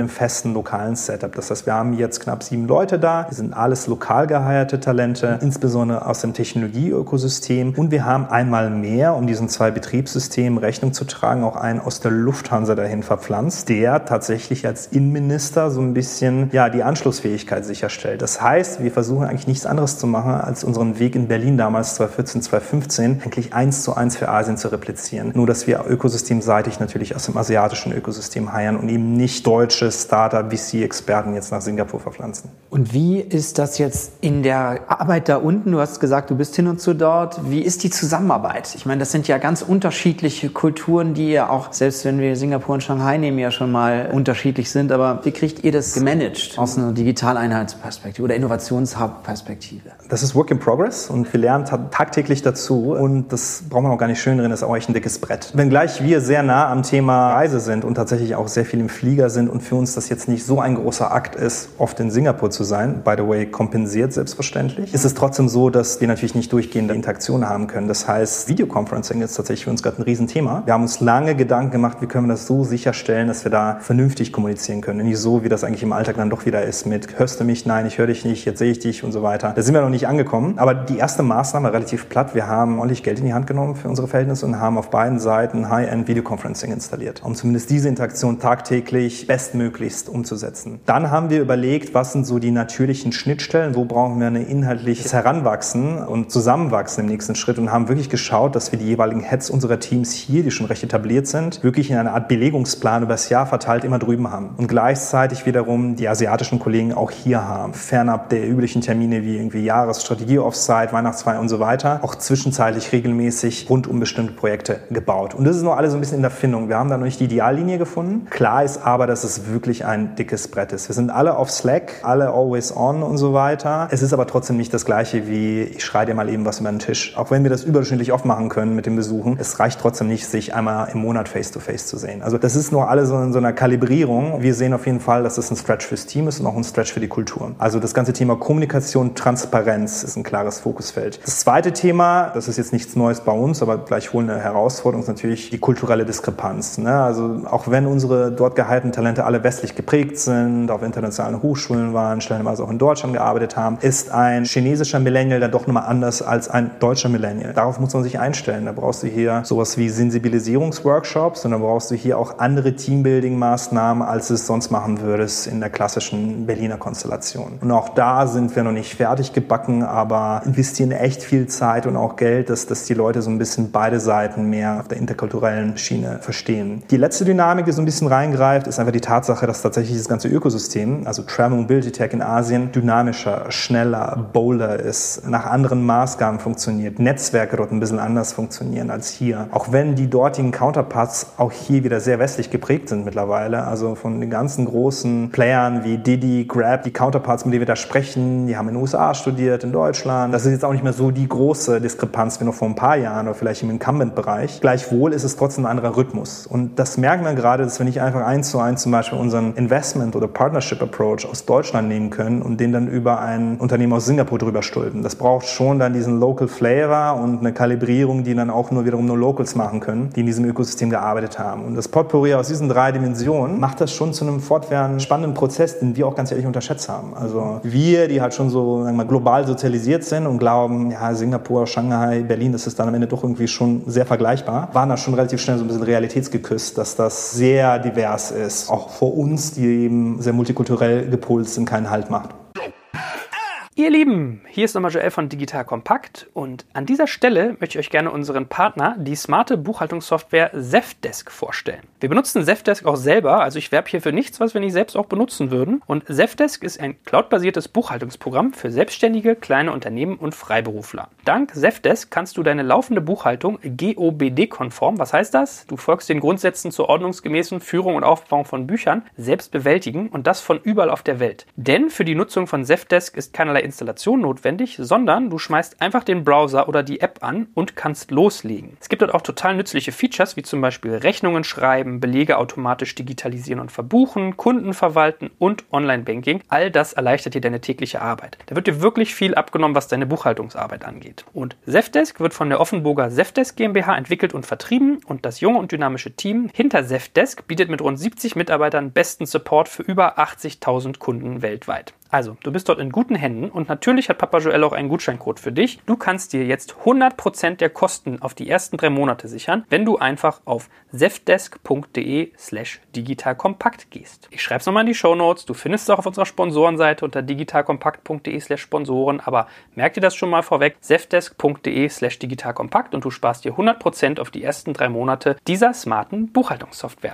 einem festen lokalen Setup. Das heißt, wir haben jetzt knapp sieben Leute da. Wir sind alles lokal geheierte Talente, insbesondere aus dem Technologie-Ökosystem. Und wir haben einmal mehr, um diesen zwei Betriebssystemen Rechnung zu tragen, auch einen aus der Lufthansa dahin verpflanzt, der tatsächlich als Innenminister so ein bisschen ja, die Anschlussfähigkeit sicherstellt. Das heißt, wir versuchen eigentlich nichts anderes zu machen, als unseren Weg in Berlin damals zweitausendvierzehn, zweitausendfünfzehn eigentlich eins zu eins für Asien zu replizieren. Nur, dass wir ökosystemseitig natürlich aus dem asiatischen Ökosystem heiern und eben nicht deutsche Startup-V C-Experten jetzt nach Singapur verpflanzen. Und wie ist das jetzt in der Arbeit da unten? Du hast gesagt, du bist hin und zu dort. Wie ist die Zusammenarbeit? Ich meine, das sind ja ganz unterschiedliche Kulturen, die ja auch, selbst wenn wir Singapur und Shanghai nehmen, ja schon mal unterschiedlich sind. Aber wie kriegt ihr das gemanagt aus einer Digitaleinheitsperspektive oder Innovationshub-Perspektive? Das ist Work in Progress und wir lernen tagtäglich dazu und das braucht man auch gar nicht schön drin, das ist auch echt ein dickes Brett. Wenngleich wir sehr nah am Thema Reise sind und tatsächlich auch sehr viel im Flieger sind und für uns das jetzt nicht so ein großer Akt ist, oft in Singapur zu sein, by the way, kompensiert selbstverständlich, ist es trotzdem so, dass wir natürlich nicht durchgehende Interaktion haben können. Das heißt, Videoconferencing ist tatsächlich für uns gerade ein Riesenthema. Wir haben uns lange Gedanken gemacht, wie können wir das so sicherstellen, dass wir da vernünftig kommunizieren können. Nicht so, wie das eigentlich im Alltag dann doch wieder ist mit hörst du mich, nein, ich höre dich nicht, jetzt sehe ich dich und so weiter. Da sind wir noch nicht angekommen. Aber die erste Maßnahme relativ platt. Wir haben ordentlich Geld in die Hand genommen für unsere Verhältnisse und haben auf beiden Seiten High-End Videoconferencing installiert, um zumindest diese Interaktion tagtäglich bestmöglichst umzusetzen. Dann haben wir überlegt, was sind so die natürlichen Schnittstellen, wo brauchen wir ein inhaltliches Heranwachsen und Zusammenwachsen im nächsten Schritt und haben wirklich geschaut, dass wir die jeweiligen Heads unserer Teams hier, die schon recht etabliert sind, wirklich in einer Art Belegungsplan über das Jahr verteilt immer drüben haben und gleichzeitig wiederum die asiatischen Kollegen auch hier haben, fernab der üblichen Termine wie irgendwie Jahresstrategie-Offsite, Weihnachtsfeier und so weiter, auch zwischenzeitlich regelmäßig rund um bestimmte Projekte gebaut. Und das ist noch alles so ein bisschen in der Findung. Wir haben da noch nicht die Ideallinie gefunden. Klar ist aber, dass es wirklich ein dickes Brett ist. Wir sind alle auf Slack, alle always on und so weiter. Es ist aber trotzdem nicht das Gleiche wie, ich schreie dir mal eben was über den Tisch. Auch wenn wir das überdurchschnittlich oft machen können mit den Besuchen, es reicht trotzdem nicht, sich einmal im Monat face-to-face zu sehen. Also das ist noch alles so in so einer Kalibrierung. Wir sehen auf jeden Fall, dass das ein Stretch fürs Team ist und auch ein Stretch für die Kultur. Also das ganze Thema Kommunikation, Transparenz ist ein klares Fokusfeld. Das zweite Thema, das ist jetzt nichts Neues bei uns, aber gleichwohl eine Herausforderung, ist natürlich die kulturelle Diskrepanz. Ne? Also auch wenn unsere dort gehaltenen Talente alle westlich geprägt sind, auf internationalen Hochschulen waren, stellenweise auch in Deutschland gearbeitet haben, ist ein chinesischer Millennial dann doch nochmal anders als ein deutscher Millennial. Darauf muss man sich einstellen. Da brauchst du hier sowas wie Sensibilisierungsworkshops und dann brauchst du hier auch andere Teambuilding-Maßnahmen, als du es sonst machen würdest in der klassischen Berliner Konstellation. Und auch da sind wir noch nicht fertig gebacken, aber investieren echt viel Zeit und auch Geld, dass, dass die Leute so ein bisschen beide Seiten mehr auf der interkulturellen Schiene verstehen. Die letzte Dynamik, die so ein bisschen reingreift, ist einfach die Tatsache, dass tatsächlich das ganze Ökosystem, also Travel Mobility Tech in Asien, dynamischer, schneller, bolder ist, nach anderen Maßgaben funktioniert, Netzwerke dort ein bisschen anders funktionieren als hier. Auch wenn die dortigen Counterparts auch hier wieder sehr westlich geprägt sind mittlerweile, also von den ganzen großen Playern wie Didi, Grab, die Counterparts, mit denen wir da sprechen, die haben in den U S A studiert, in Deutschland. Das ist jetzt auch nicht mehr so die große Diskrepanz wie noch vor ein paar Jahren oder vielleicht im Incumbent-Bereich. Gleichwohl ist es trotzdem ein anderer Rhythmus. Und das merken wir gerade, dass wir nicht einfach eins zu eins zum Beispiel unseren Investment- oder Partnership-Approach aus Deutschland nehmen können und den dann über ein Unternehmen aus Singapur drüber stülpen. Das braucht schon dann diesen Local Flavor und eine Kalibrierung, die dann auch nur wiederum nur Locals machen können, die in diesem Ökosystem gearbeitet haben. Und das Potpourri aus diesen drei Dimensionen macht das schon zu einem fortwährend spannenden Prozess, den wir auch ganz ehrlich unterschätzt haben. Also wir, die halt schon so sagen wir mal, global sozialisiert sind und glauben, ja, Singapur, Shanghai, Berlin, das ist dann am Ende doch irgendwie schon sehr vergleichbar, waren da schon relativ schnell so ein bisschen realitätsgeküsst, dass das sehr divers ist. Auch vor uns, die eben sehr multikulturell gepolt sind, keinen Halt macht. Ihr Lieben, hier ist nochmal Joel von Digital Compact und an dieser Stelle möchte ich euch gerne unseren Partner, die smarte Buchhaltungssoftware Zefdesk, vorstellen. Wir benutzen Zefdesk auch selber, also ich werbe hier für nichts, was wir nicht selbst auch benutzen würden. Und Zefdesk ist ein cloudbasiertes Buchhaltungsprogramm für selbstständige, kleine Unternehmen und Freiberufler. Dank Zefdesk kannst du deine laufende Buchhaltung G O B D-konform, was heißt das? Du folgst den Grundsätzen zur ordnungsgemäßen Führung und Aufbewahrung von Büchern, selbst bewältigen und das von überall auf der Welt. Denn für die Nutzung von Zefdesk ist keinerlei Installation notwendig, sondern du schmeißt einfach den Browser oder die App an und kannst loslegen. Es gibt dort auch total nützliche Features, wie zum Beispiel Rechnungen schreiben, Belege automatisch digitalisieren und verbuchen, Kunden verwalten und Online-Banking. All das erleichtert dir deine tägliche Arbeit. Da wird dir wirklich viel abgenommen, was deine Buchhaltungsarbeit angeht. Und Zendesk wird von der Offenburger Zendesk GmbH entwickelt und vertrieben und das junge und dynamische Team hinter Zendesk bietet mit rund siebzig Mitarbeitern besten Support für über achtzigtausend Kunden weltweit. Also, du bist dort in guten Händen und natürlich hat Papa Joel auch einen Gutscheincode für dich. Du kannst dir jetzt hundert Prozent der Kosten auf die ersten drei Monate sichern, wenn du einfach auf zendesk.de slash digitalkompakt gehst. Ich schreibe es nochmal in die Shownotes. Du findest es auch auf unserer Sponsorenseite unter digitalkompakt.de slash Sponsoren. Aber merk dir das schon mal vorweg, zendesk.de slash digitalkompakt und du sparst dir hundert Prozent auf die ersten drei Monate dieser smarten Buchhaltungssoftware.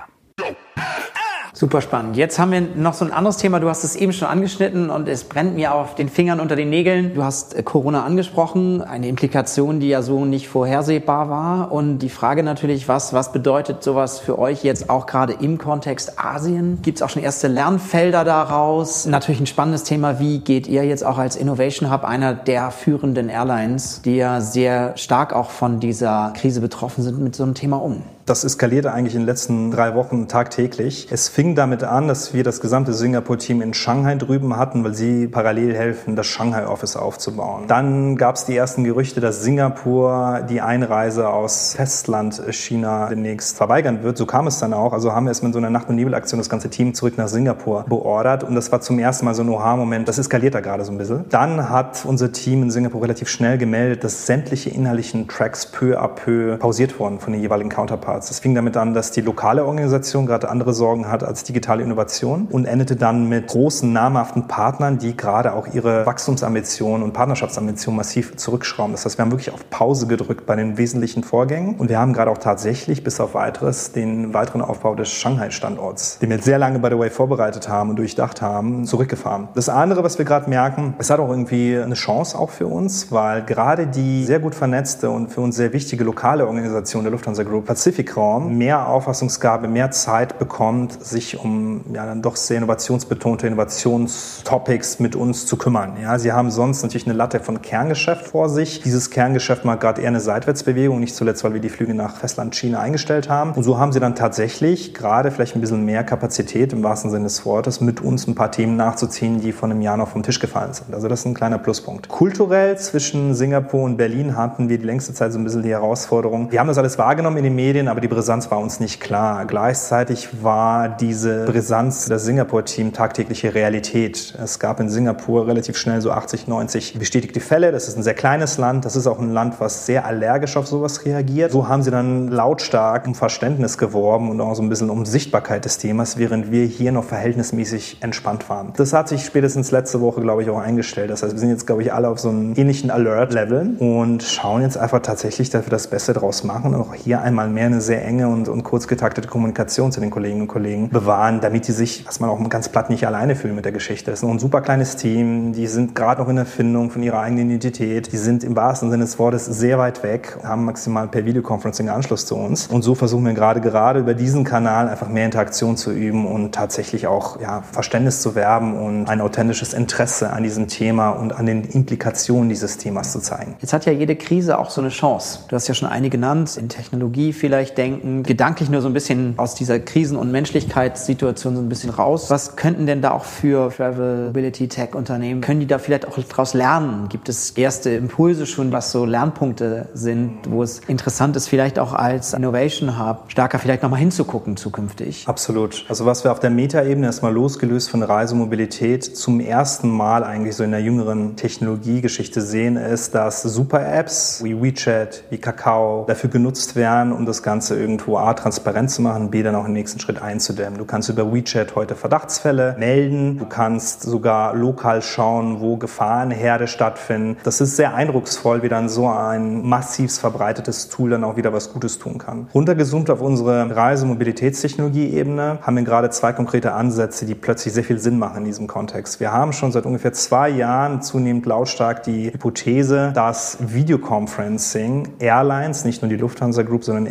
Super spannend. Jetzt haben wir noch so ein anderes Thema. Du hast es eben schon angeschnitten und es brennt mir auf den Fingern unter den Nägeln. Du hast Corona angesprochen, eine Implikation, die ja so nicht vorhersehbar war. Und die Frage natürlich, was, was bedeutet sowas für euch jetzt auch gerade im Kontext Asien? Gibt es auch schon erste Lernfelder daraus? Natürlich ein spannendes Thema. Wie geht ihr jetzt auch als Innovation Hub, einer der führenden Airlines, die ja sehr stark auch von dieser Krise betroffen sind, mit so einem Thema um? Das eskalierte eigentlich in den letzten drei Wochen tagtäglich. Es fing damit an, dass wir das gesamte Singapur-Team in Shanghai drüben hatten, weil sie parallel helfen, das Shanghai-Office aufzubauen. Dann gab es die ersten Gerüchte, dass Singapur die Einreise aus Festland China demnächst verweigern wird. So kam es dann auch. Also haben wir erstmal in so einer Nacht- und Nebelaktion das ganze Team zurück nach Singapur beordert. Und das war zum ersten Mal so ein Oha-Moment. Das eskaliert da gerade so ein bisschen. Dann hat unser Team in Singapur relativ schnell gemeldet, dass sämtliche inhaltlichen Tracks peu à peu pausiert wurden von den jeweiligen Counterparts. Es fing damit an, dass die lokale Organisation gerade andere Sorgen hat als digitale Innovation und endete dann mit großen, namhaften Partnern, die gerade auch ihre Wachstumsambitionen und Partnerschaftsambitionen massiv zurückschrauben. Das heißt, wir haben wirklich auf Pause gedrückt bei den wesentlichen Vorgängen und wir haben gerade auch tatsächlich bis auf weiteres den weiteren Aufbau des Shanghai-Standorts, den wir sehr lange, by the way, vorbereitet haben und durchdacht haben, zurückgefahren. Das andere, was wir gerade merken, es hat auch irgendwie eine Chance auch für uns, weil gerade die sehr gut vernetzte und für uns sehr wichtige lokale Organisation der Lufthansa Group, Pacific Raum, mehr Auffassungsgabe, mehr Zeit bekommt, sich um ja dann doch sehr innovationsbetonte Innovationstopics mit uns zu kümmern. Ja, sie haben sonst natürlich eine Latte von Kerngeschäft vor sich. Dieses Kerngeschäft macht gerade eher eine Seitwärtsbewegung, nicht zuletzt, weil wir die Flüge nach Festland China eingestellt haben. Und so haben sie dann tatsächlich gerade vielleicht ein bisschen mehr Kapazität im wahrsten Sinne des Wortes, mit uns ein paar Themen nachzuziehen, die vor einem Jahr noch vom Tisch gefallen sind. Also das ist ein kleiner Pluspunkt. Kulturell zwischen Singapur und Berlin hatten wir die längste Zeit so ein bisschen die Herausforderung. Wir haben das alles wahrgenommen in den Medien, aber die Brisanz war uns nicht klar. Gleichzeitig war diese Brisanz des Singapur-Team tagtägliche Realität. Es gab in Singapur relativ schnell so achtzig, neunzig bestätigte Fälle. Das ist ein sehr kleines Land. Das ist auch ein Land, was sehr allergisch auf sowas reagiert. So haben sie dann lautstark um Verständnis geworben und auch so ein bisschen um Sichtbarkeit des Themas, während wir hier noch verhältnismäßig entspannt waren. Das hat sich spätestens letzte Woche, glaube ich, auch eingestellt. Das heißt, wir sind jetzt, glaube ich, alle auf so einem ähnlichen Alert-Level und schauen jetzt einfach tatsächlich, dass wir das Beste draus machen und auch hier einmal mehr eine sehr enge und, und kurz getaktete Kommunikation zu den Kolleginnen und Kollegen bewahren, damit die sich, was man auch ganz platt, nicht alleine fühlen mit der Geschichte. Das ist noch ein super kleines Team, die sind gerade noch in der Findung von ihrer eigenen Identität, die sind im wahrsten Sinne des Wortes sehr weit weg, haben maximal per Videoconferencing Anschluss zu uns und so versuchen wir gerade gerade über diesen Kanal einfach mehr Interaktion zu üben und tatsächlich auch ja, Verständnis zu werben und ein authentisches Interesse an diesem Thema und an den Implikationen dieses Themas zu zeigen. Jetzt hat ja jede Krise auch so eine Chance. Du hast ja schon eine genannt, in Technologie vielleicht denken, gedanklich nur so ein bisschen aus dieser Krisen- und Menschlichkeitssituation so ein bisschen raus. Was könnten denn da auch für Travel, Mobility, Tech-Unternehmen, können die da vielleicht auch daraus lernen? Gibt es erste Impulse schon, was so Lernpunkte sind, wo es interessant ist, vielleicht auch als Innovation Hub stärker vielleicht nochmal hinzugucken zukünftig? Absolut. Also was wir auf der Metaebene erstmal losgelöst von Reisemobilität zum ersten Mal eigentlich so in der jüngeren Technologiegeschichte sehen, ist, dass Super-Apps wie WeChat, wie Kakao dafür genutzt werden, um das Ganze irgendwo A, transparent zu machen, B, dann auch im nächsten Schritt einzudämmen. Du kannst über WeChat heute Verdachtsfälle melden, du kannst sogar lokal schauen, wo Gefahrenherde stattfinden. Das ist sehr eindrucksvoll, wie dann so ein massiv verbreitetes Tool dann auch wieder was Gutes tun kann. Runtergezoomt auf unsere Reise-Mobilitätstechnologie-Ebene haben wir gerade zwei konkrete Ansätze, die plötzlich sehr viel Sinn machen in diesem Kontext. Wir haben schon seit ungefähr zwei Jahren zunehmend lautstark die Hypothese, dass Videoconferencing Airlines, nicht nur die Lufthansa Group, sondern Airlines im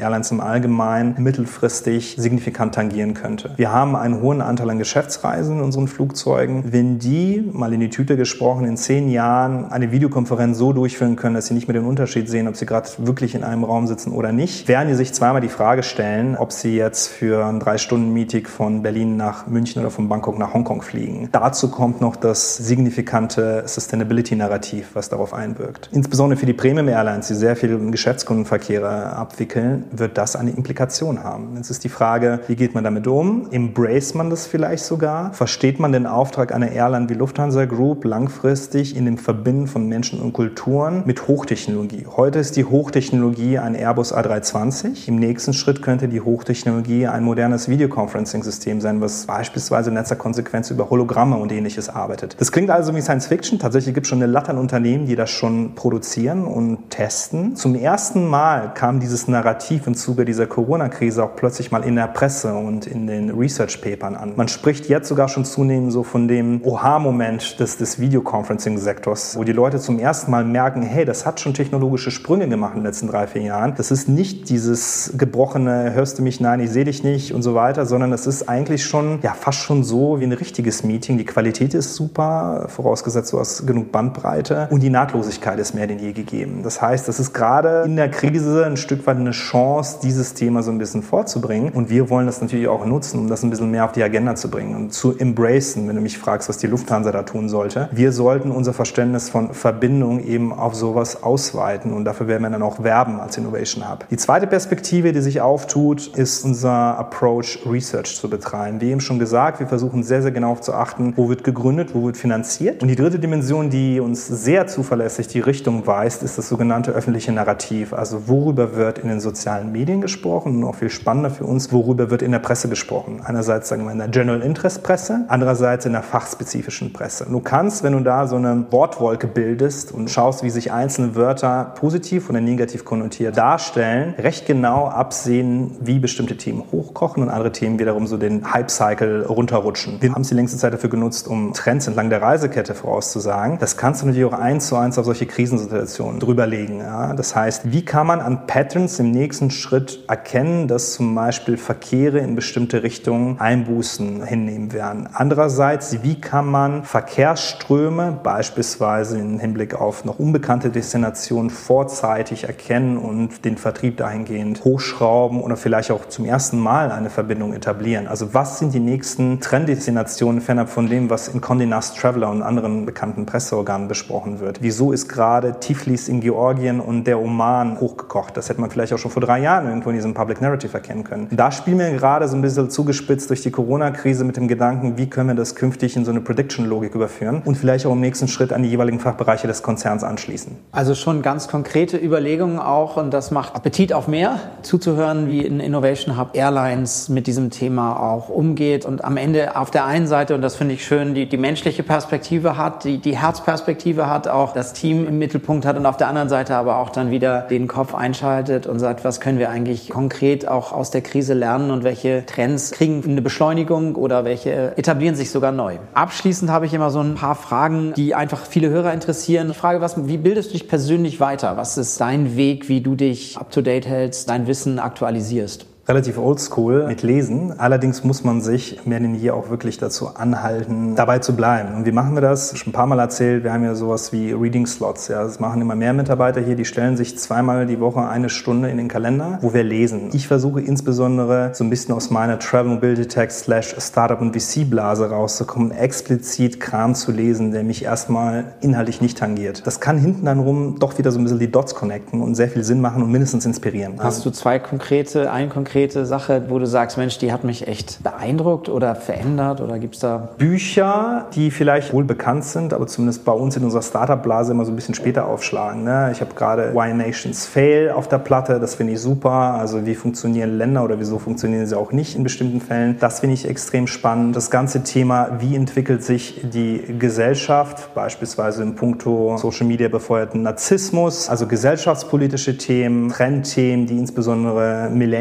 allgemein mittelfristig signifikant tangieren könnte. Wir haben einen hohen Anteil an Geschäftsreisen in unseren Flugzeugen. Wenn die, mal in die Tüte gesprochen, in zehn Jahren eine Videokonferenz so durchführen können, dass sie nicht mehr den Unterschied sehen, ob sie gerade wirklich in einem Raum sitzen oder nicht, werden die sich zweimal die Frage stellen, ob sie jetzt für ein Drei-Stunden-Meeting von Berlin nach München oder von Bangkok nach Hongkong fliegen. Dazu kommt noch das signifikante Sustainability-Narrativ, was darauf einwirkt. Insbesondere für die Premium-Airlines, die sehr viel Geschäftskundenverkehre abwickeln, wird das eine Implikation haben. Jetzt ist die Frage, wie geht man damit um? Embrace man das vielleicht sogar? Versteht man den Auftrag einer Airline wie Lufthansa Group langfristig in dem Verbinden von Menschen und Kulturen mit Hochtechnologie? Heute ist die Hochtechnologie ein Airbus A drei zwanzig. Im nächsten Schritt könnte die Hochtechnologie ein modernes Videoconferencing-System sein, was beispielsweise in letzter Konsequenz über Hologramme und Ähnliches arbeitet. Das klingt also wie Science Fiction. Tatsächlich gibt es schon eine Latte an Unternehmen, die das schon produzieren und testen. Zum ersten Mal kam dieses Narrativ im Zuge dieser Corona-Krise auch plötzlich mal in der Presse und in den Research-Papern an. Man spricht jetzt sogar schon zunehmend so von dem Oha-Moment des, des Videoconferencing-Sektors, wo die Leute zum ersten Mal merken, hey, das hat schon technologische Sprünge gemacht in den letzten drei, vier Jahren. Das ist nicht dieses gebrochene, hörst du mich, nein, ich sehe dich nicht und so weiter, sondern es ist eigentlich schon, ja, fast schon so wie ein richtiges Meeting. Die Qualität ist super, vorausgesetzt du hast genug Bandbreite und die Nahtlosigkeit ist mehr denn je gegeben. Das heißt, das ist gerade in der Krise ein Stück weit eine Chance, dieses Thema so ein bisschen vorzubringen und wir wollen das natürlich auch nutzen, um das ein bisschen mehr auf die Agenda zu bringen und zu embracen, wenn du mich fragst, was die Lufthansa da tun sollte. Wir sollten unser Verständnis von Verbindung eben auf sowas ausweiten und dafür werden wir dann auch werben als Innovation Hub. Die zweite Perspektive, die sich auftut, ist unser Approach, Research zu betreiben. Wie eben schon gesagt, wir versuchen sehr, sehr genau zu achten, wo wird gegründet, wo wird finanziert. Und die dritte Dimension, die uns sehr zuverlässig die Richtung weist, ist das sogenannte öffentliche Narrativ. Also worüber wird in den sozialen Medien gesprochen und noch viel spannender für uns, worüber wird in der Presse gesprochen. Einerseits sagen wir in der General Interest Presse, andererseits in der fachspezifischen Presse. Du kannst, wenn du da so eine Wortwolke bildest und schaust, wie sich einzelne Wörter positiv oder negativ konnotiert darstellen, recht genau absehen, wie bestimmte Themen hochkochen und andere Themen wiederum so den Hype-Cycle runterrutschen. Wir haben es die längste Zeit dafür genutzt, um Trends entlang der Reisekette vorauszusagen. Das kannst du natürlich auch eins zu eins auf solche Krisensituationen drüberlegen. Ja? Das heißt, wie kann man an Patterns im nächsten Schritt erkennen, dass zum Beispiel Verkehre in bestimmte Richtungen Einbußen hinnehmen werden? Andererseits, wie kann man Verkehrsströme beispielsweise im Hinblick auf noch unbekannte Destinationen vorzeitig erkennen und den Vertrieb dahingehend hochschrauben oder vielleicht auch zum ersten Mal eine Verbindung etablieren? Also was sind die nächsten Trenddestinationen fernab von dem, was in Condé Nast Traveler und anderen bekannten Presseorganen besprochen wird? Wieso ist gerade Tiflis in Georgien und der Oman hochgekocht? Das hätte man vielleicht auch schon vor drei Jahren irgendwo in diesem Public Narrative erkennen können. Da spielen wir gerade so ein bisschen zugespitzt durch die Corona-Krise mit dem Gedanken, wie können wir das künftig in so eine Prediction-Logik überführen und vielleicht auch im nächsten Schritt an die jeweiligen Fachbereiche des Konzerns anschließen. Also schon ganz konkrete Überlegungen auch und das macht Appetit auf mehr, zuzuhören, wie in Innovation Hub Airlines mit diesem Thema auch umgeht und am Ende auf der einen Seite, und das finde ich schön, die, die menschliche Perspektive hat, die, die Herzperspektive hat, auch das Team im Mittelpunkt hat und auf der anderen Seite aber auch dann wieder den Kopf einschaltet und sagt, was können wir eigentlich konkret auch aus der Krise lernen und welche Trends kriegen eine Beschleunigung oder welche etablieren sich sogar neu. Abschließend habe ich immer so ein paar Fragen, die einfach viele Hörer interessieren. Ich frage, was, wie bildest du dich persönlich weiter? Was ist dein Weg, wie du dich up to date hältst, dein Wissen aktualisierst? Relativ oldschool mit Lesen. Allerdings muss man sich mehr denn je auch wirklich dazu anhalten, dabei zu bleiben. Und wie machen wir das? Schon ein paar Mal erzählt, wir haben ja sowas wie Reading Slots. Ja, das machen immer mehr Mitarbeiter hier, die stellen sich zweimal die Woche eine Stunde in den Kalender, wo wir lesen. Ich versuche insbesondere so ein bisschen aus meiner Travel Mobility Tech slash Startup und V C-Blase rauszukommen, explizit Kram zu lesen, der mich erstmal inhaltlich nicht tangiert. Das kann hinten dann rum doch wieder so ein bisschen die Dots connecten und sehr viel Sinn machen und mindestens inspirieren. Hast du zwei konkrete, ein konkrete Sache, wo du sagst, Mensch, die hat mich echt beeindruckt oder verändert oder gibt es da Bücher, die vielleicht wohl bekannt sind, aber zumindest bei uns in unserer Startup-Blase immer so ein bisschen später aufschlagen. Ne? Ich habe gerade Why Nations Fail auf der Platte, das finde ich super. Also wie funktionieren Länder oder wieso funktionieren sie auch nicht in bestimmten Fällen. Das finde ich extrem spannend. Das ganze Thema, wie entwickelt sich die Gesellschaft, beispielsweise in puncto Social Media befeuerten Narzissmus, also gesellschaftspolitische Themen, Trendthemen, die insbesondere Millennials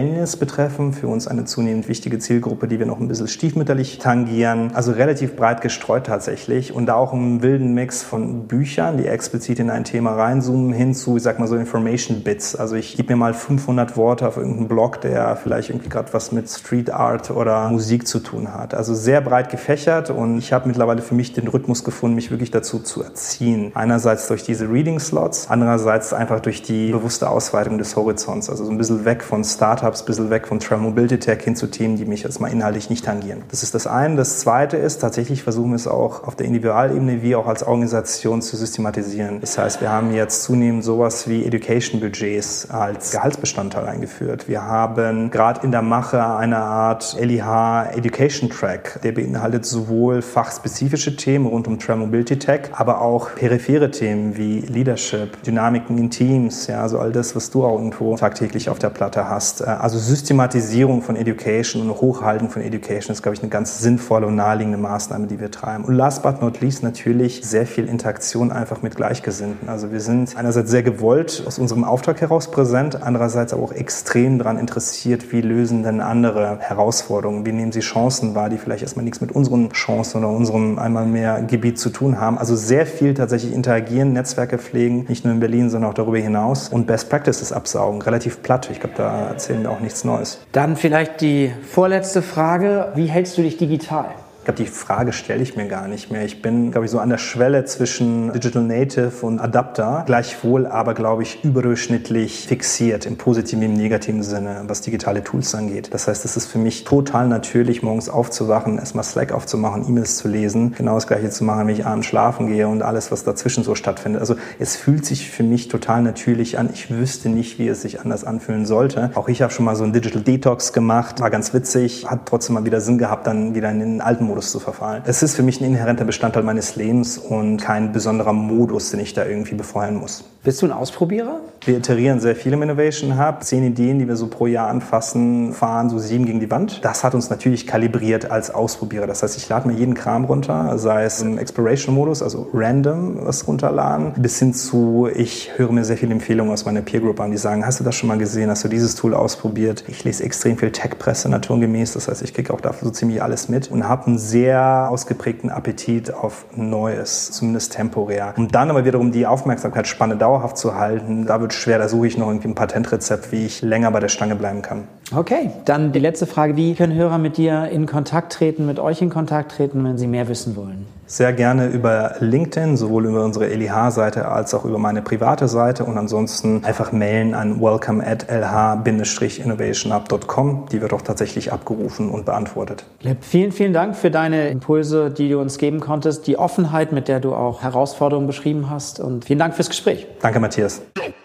betreffen. Für uns eine zunehmend wichtige Zielgruppe, die wir noch ein bisschen stiefmütterlich tangieren. Also relativ breit gestreut tatsächlich und da auch einen wilden Mix von Büchern, die explizit in ein Thema reinzoomen, hin zu, ich sag mal so Information Bits. Also ich gebe mir mal fünfhundert Worte auf irgendeinen Blog, der vielleicht irgendwie gerade was mit Street Art oder Musik zu tun hat. Also sehr breit gefächert und ich habe mittlerweile für mich den Rhythmus gefunden, mich wirklich dazu zu erziehen. Einerseits durch diese Reading Slots, andererseits einfach durch die bewusste Ausweitung des Horizonts. Also so ein bisschen weg von Startups, ein bisschen weg von Travel Mobility Tech hin zu Themen, die mich erstmal inhaltlich nicht tangieren. Das ist das eine. Das zweite ist, tatsächlich versuchen wir es auch auf der Individualebene wie auch als Organisation zu systematisieren. Das heißt, wir haben jetzt zunehmend sowas wie Education Budgets als Gehaltsbestandteil eingeführt. Wir haben gerade in der Mache eine Art L I H Education Track, der beinhaltet sowohl fachspezifische Themen rund um Travel Mobility Tech, aber auch periphere Themen wie Leadership, Dynamiken in Teams, ja, also all das, was du auch irgendwo tagtäglich auf der Platte hast. Also Systematisierung von Education und Hochhalten von Education ist, glaube ich, eine ganz sinnvolle und naheliegende Maßnahme, die wir treiben. Und last but not least natürlich sehr viel Interaktion einfach mit Gleichgesinnten. Also wir sind einerseits sehr gewollt aus unserem Auftrag heraus präsent, andererseits aber auch extrem daran interessiert, wie lösen denn andere Herausforderungen, wie nehmen sie Chancen wahr, die vielleicht erstmal nichts mit unseren Chancen oder unserem einmal mehr Gebiet zu tun haben. Also sehr viel tatsächlich interagieren, Netzwerke pflegen, nicht nur in Berlin, sondern auch darüber hinaus und Best Practices absaugen, relativ platt. Ich glaube, da erzählen wir auch nichts Neues. Dann vielleicht die vorletzte Frage. Wie hältst du dich digital? Ich glaube, die Frage stelle ich mir gar nicht mehr. Ich bin, glaube ich, so an der Schwelle zwischen Digital Native und Adapter. Gleichwohl aber, glaube ich, überdurchschnittlich fixiert im positiven, im negativen Sinne, was digitale Tools angeht. Das heißt, es ist für mich total natürlich, morgens aufzuwachen, erstmal Slack aufzumachen, E-Mails zu lesen, genau das Gleiche zu machen, wenn ich abends schlafen gehe und alles, was dazwischen so stattfindet. Also es fühlt sich für mich total natürlich an. Ich wüsste nicht, wie es sich anders anfühlen sollte. Auch ich habe schon mal so einen Digital Detox gemacht, war ganz witzig, hat trotzdem mal wieder Sinn gehabt, dann wieder in den alten Modus zu verfallen. Es ist für mich ein inhärenter Bestandteil meines Lebens und kein besonderer Modus, den ich da irgendwie befeuern muss. Bist du ein Ausprobierer? Wir iterieren sehr viel im Innovation Hub. Zehn Ideen, die wir so pro Jahr anfassen, fahren so sieben gegen die Wand. Das hat uns natürlich kalibriert als Ausprobierer. Das heißt, ich lade mir jeden Kram runter, sei es im Exploration-Modus, also random was runterladen, bis hin zu, ich höre mir sehr viele Empfehlungen aus meiner Peer Group an, die sagen, hast du das schon mal gesehen, hast du dieses Tool ausprobiert? Ich lese extrem viel Tech-Presse naturgemäß, das heißt, ich kriege auch dafür so ziemlich alles mit und habe einen sehr ausgeprägten Appetit auf Neues, zumindest temporär. Um dann aber wiederum die Aufmerksamkeitsspanne dauerhaft zu halten, da wird es schwer, da suche ich noch irgendwie ein Patentrezept, wie ich länger bei der Stange bleiben kann. Okay, dann die letzte Frage, wie können Hörer mit dir in Kontakt treten, mit euch in Kontakt treten, wenn sie mehr wissen wollen? Sehr gerne über LinkedIn, sowohl über unsere L I H-Seite als auch über meine private Seite und ansonsten einfach mailen an welcome at l h dash innovation hub dot com. Die wird auch tatsächlich abgerufen und beantwortet. Lip, vielen, vielen Dank für deine Impulse, die du uns geben konntest, die Offenheit, mit der du auch Herausforderungen beschrieben hast und vielen Dank fürs Gespräch. Danke, Matthias.